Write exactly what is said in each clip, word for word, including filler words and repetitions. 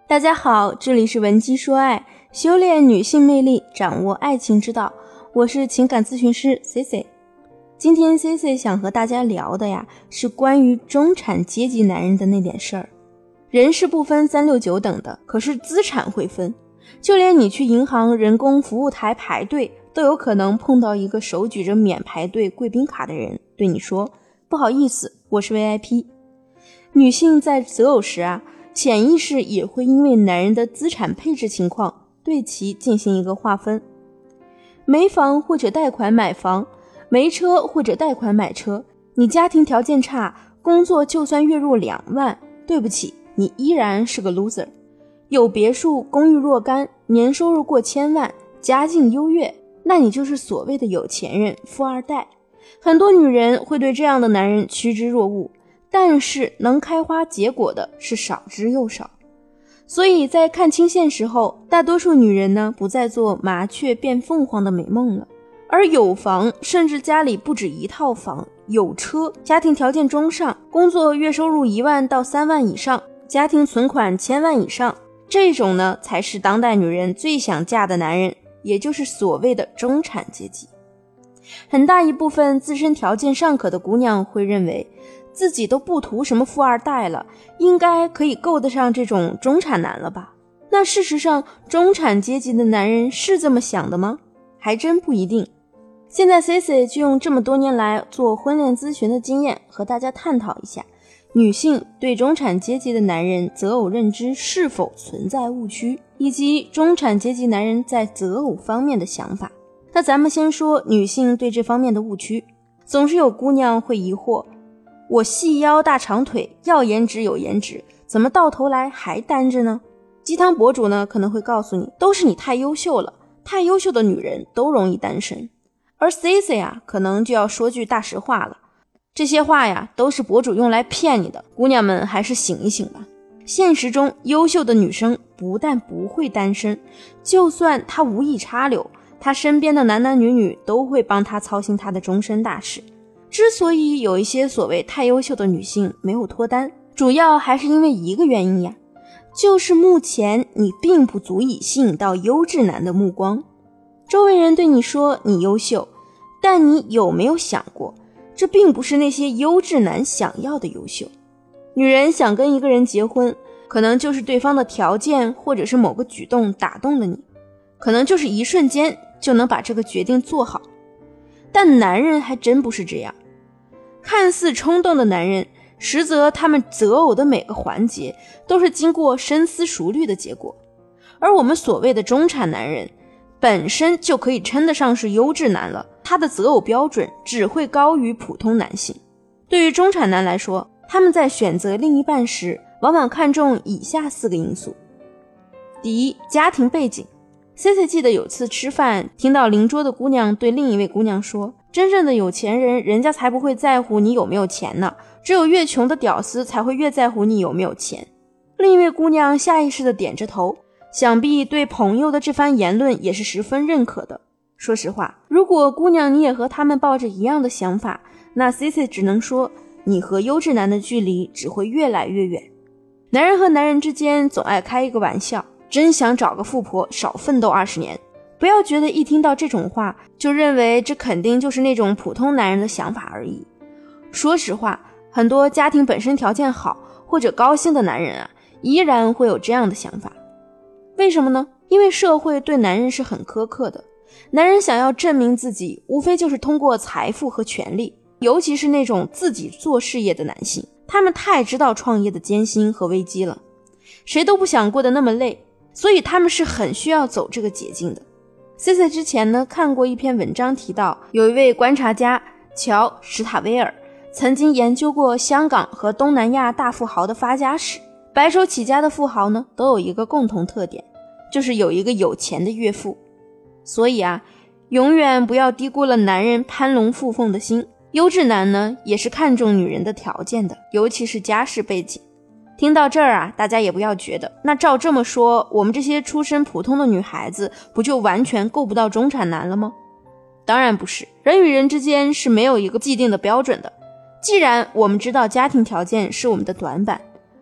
大家好，这里是文姬说爱，修炼女性魅力，掌握爱情之道，我是情感咨询师 C C。 今天 C C 想和大家聊的呀，是关于中产阶级男人的那点事儿。人是不分三六九等的，可是资产会分，就连你去银行人工服务台排队，都有可能碰到一个手举着免排队贵宾卡的人对你说，不好意思，我是 V I P。 女性在择偶时啊，潜意识也会因为男人的资产配置情况对其进行一个划分。没房或者贷款买房，没车或者贷款买车，你家庭条件差，工作就算月入两万，对不起，你依然是个 loser。 有别墅，公寓若干，年收入过千万，家境优越，那你就是所谓的有钱人，富二代。很多女人会对这样的男人趋之若鹜，但是能开花结果的是少之又少。所以在看清现实后，大多数女人呢，不再做麻雀变凤凰的美梦了。而有房，甚至家里不止一套房，有车，家庭条件中上，工作月收入一万到三万以上，家庭存款千万以上，这种呢，才是当代女人最想嫁的男人，也就是所谓的中产阶级。很大一部分自身条件尚可的姑娘会认为，自己都不图什么富二代了，应该可以够得上这种中产男了吧？那事实上，中产阶级的男人是这么想的吗？还真不一定。现在 C C 就用这么多年来做婚恋咨询的经验，和大家探讨一下女性对中产阶级的男人择偶认知是否存在误区，以及中产阶级男人在择偶方面的想法。那咱们先说女性对这方面的误区。总是有姑娘会疑惑，我细腰大长腿，要颜值有颜值，怎么到头来还单着呢？鸡汤博主呢可能会告诉你，都是你太优秀了，太优秀的女人都容易单身。而 C C 啊，可能就要说句大实话了，这些话呀都是博主用来骗你的，姑娘们还是醒一醒吧。现实中优秀的女生不但不会单身，就算她无意插柳，她身边的男男女女都会帮她操心她的终身大事。之所以有一些所谓太优秀的女性没有脱单，主要还是因为一个原因呀，就是目前你并不足以吸引到优质男的目光。周围人对你说你优秀，但你有没有想过，这并不是那些优质男想要的优秀。女人想跟一个人结婚，可能就是对方的条件或者是某个举动打动了你，可能就是一瞬间就能把这个决定做好。但男人还真不是这样，看似冲动的男人，实则他们择偶的每个环节都是经过深思熟虑的结果。而我们所谓的中产男人本身就可以称得上是优质男了，他的择偶标准只会高于普通男性。对于中产男来说，他们在选择另一半时往往看重以下四个因素。第一，家庭背景。 C C 记得有次吃饭，听到邻桌的姑娘对另一位姑娘说，真正的有钱人，人家才不会在乎你有没有钱呢，只有越穷的屌丝才会越在乎你有没有钱。另一位姑娘下意识地点着头，想必对朋友的这番言论也是十分认可的。说实话，如果姑娘你也和他们抱着一样的想法，那 C C 只能说，你和优质男的距离只会越来越远。男人和男人之间总爱开一个玩笑，真想找个富婆少奋斗二十年。不要觉得一听到这种话就认为这肯定就是那种普通男人的想法而已。说实话，很多家庭本身条件好或者高薪的男人啊，依然会有这样的想法。为什么呢？因为社会对男人是很苛刻的，男人想要证明自己，无非就是通过财富和权力，尤其是那种自己做事业的男性，他们太知道创业的艰辛和危机了，谁都不想过得那么累，所以他们是很需要走这个捷径的。 C C 之前呢看过一篇文章，提到有一位观察家乔史塔威尔曾经研究过香港和东南亚大富豪的发家史。白手起家的富豪呢都有一个共同特点，就是有一个有钱的岳父。所以啊，永远不要低估了男人攀龙附凤的心。优质男呢也是看重女人的条件的，尤其是家世背景。听到这儿啊，大家也不要觉得，那照这么说，我们这些出身普通的女孩子不就完全够不到中产男了吗？当然不是，人与人之间是没有一个既定的标准的。既然我们知道家庭条件是我们的短板，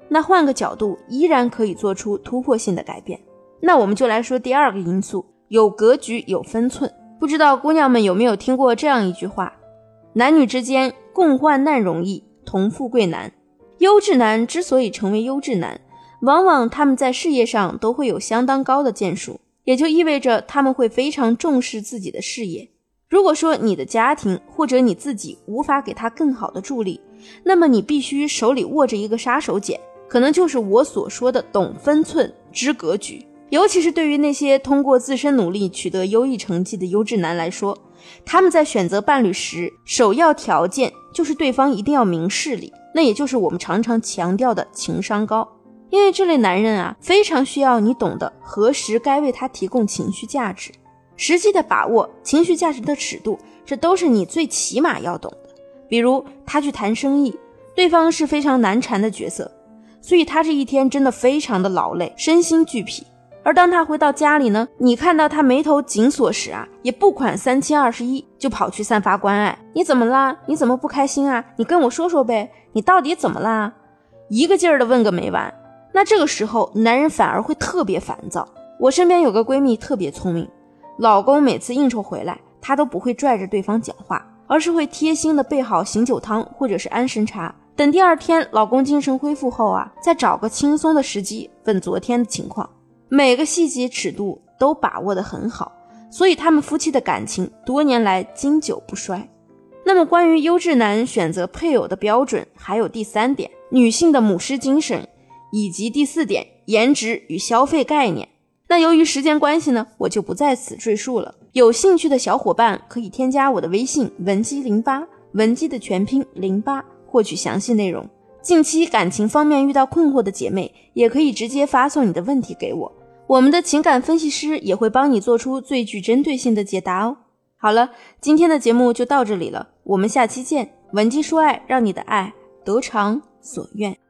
那换个角度依然可以做出突破性的改变。那我们就来说第二个因素，有格局有分寸。不知道姑娘们有没有听过这样一句话，男女之间共患难容易，同富贵难。优质男之所以成为优质男，往往他们在事业上都会有相当高的建树，也就意味着他们会非常重视自己的事业。如果说你的家庭或者你自己无法给他更好的助力，那么你必须手里握着一个杀手锏，可能就是我所说的懂分寸知格局。尤其是对于那些通过自身努力取得优异成绩的优质男来说，他们在选择伴侣时，首要条件就是对方一定要明事理，那也就是我们常常强调的情商高。因为这类男人啊，非常需要你懂得何时该为他提供情绪价值，实际的把握情绪价值的尺度，这都是你最起码要懂的。比如他去谈生意，对方是非常难缠的角色，所以他这一天真的非常的劳累，身心俱疲。而当他回到家里呢，你看到他眉头紧锁时啊，也不管三七二十一，就跑去散发关爱。你怎么啦？你怎么不开心啊？你跟我说说呗，你到底怎么啦？一个劲儿的问个没完。那这个时候男人反而会特别烦躁。我身边有个闺蜜特别聪明，老公每次应酬回来，她都不会拽着对方讲话，而是会贴心的备好醒酒汤或者是安神茶，等第二天老公精神恢复后啊，再找个轻松的时机问昨天的情况。每个细节尺度都把握得很好，所以他们夫妻的感情多年来经久不衰。那么关于优质男选择配偶的标准，还有第三点，女性的母狮精神，以及第四点，颜值与消费概念。那由于时间关系呢，我就不在此赘述了。有兴趣的小伙伴可以添加我的微信文姬零八，文姬的全拼零八，获取详细内容。近期感情方面遇到困惑的姐妹，也可以直接发送你的问题给我，我们的情感分析师也会帮你做出最具针对性的解答哦。好了，今天的节目就到这里了，我们下期见。文姬说爱，让你的爱得偿所愿。